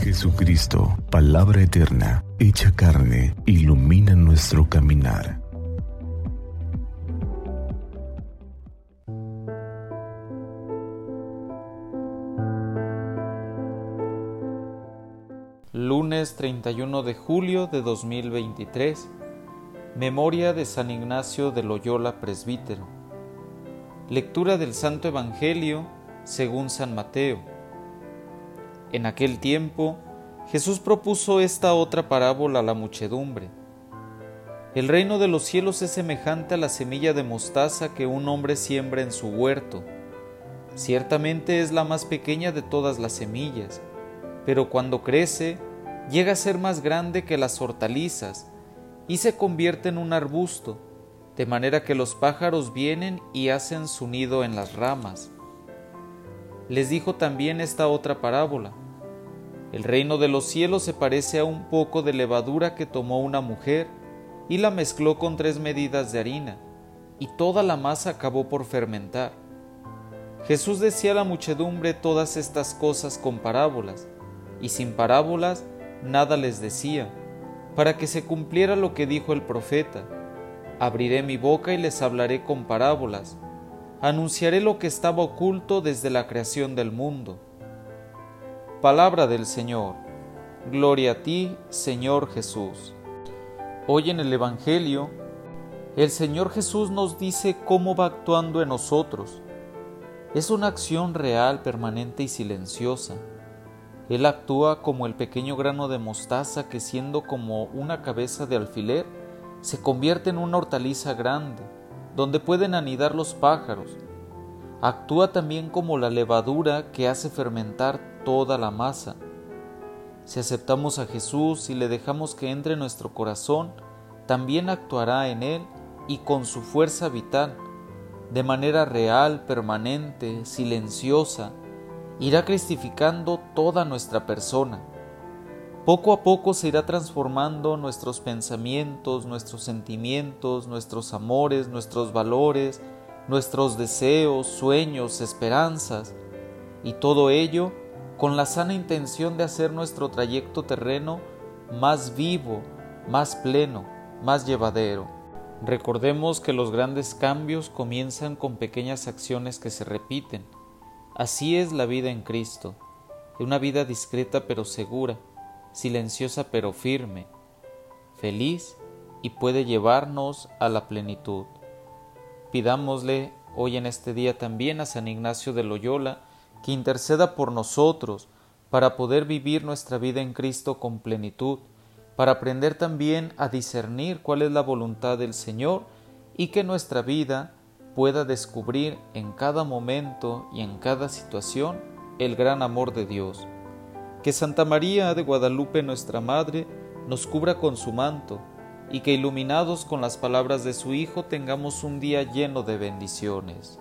Jesucristo, palabra eterna, hecha carne, ilumina nuestro caminar. Lunes 31 de julio de 2023. Memoria de San Ignacio de Loyola, presbítero. Lectura del Santo Evangelio según San Mateo. En aquel tiempo, Jesús propuso esta otra parábola a la muchedumbre. El reino de los cielos es semejante a la semilla de mostaza que un hombre siembra en su huerto. Ciertamente es la más pequeña de todas las semillas, pero cuando crece, llega a ser más grande que las hortalizas y se convierte en un arbusto, de manera que los pájaros vienen y hacen su nido en las ramas. Les dijo también esta otra parábola. El reino de los cielos se parece a un poco de levadura que tomó una mujer y la mezcló con 3 medidas de harina, y toda la masa acabó por fermentar. Jesús decía a la muchedumbre todas estas cosas con parábolas, y sin parábolas nada les decía, para que se cumpliera lo que dijo el profeta: abriré mi boca y les hablaré con parábolas, anunciaré lo que estaba oculto desde la creación del mundo. Palabra del Señor. Gloria a ti, Señor Jesús. Hoy en el Evangelio, el Señor Jesús nos dice cómo va actuando en nosotros. Es una acción real, permanente y silenciosa. Él actúa como el pequeño grano de mostaza que, siendo como una cabeza de alfiler, se convierte en una hortaliza grande, donde pueden anidar los pájaros. Actúa también como la levadura que hace fermentar toda la masa. Si aceptamos a Jesús y le dejamos que entre en nuestro corazón, también actuará en él y con su fuerza vital, de manera real, permanente, silenciosa, irá cristificando toda nuestra persona. Poco a poco se irá transformando nuestros pensamientos, nuestros sentimientos, nuestros amores, nuestros valores, nuestros deseos, sueños, esperanzas, y todo ello con la sana intención de hacer nuestro trayecto terreno más vivo, más pleno, más llevadero. Recordemos que los grandes cambios comienzan con pequeñas acciones que se repiten. Así es la vida en Cristo, una vida discreta pero segura, silenciosa pero firme, feliz y puede llevarnos a la plenitud. Pidámosle hoy en este día también a San Ignacio de Loyola que interceda por nosotros para poder vivir nuestra vida en Cristo con plenitud, para aprender también a discernir cuál es la voluntad del Señor y que nuestra vida pueda descubrir en cada momento y en cada situación el gran amor de Dios. Que Santa María de Guadalupe, nuestra Madre, nos cubra con su manto y que, iluminados con las palabras de su Hijo, tengamos un día lleno de bendiciones.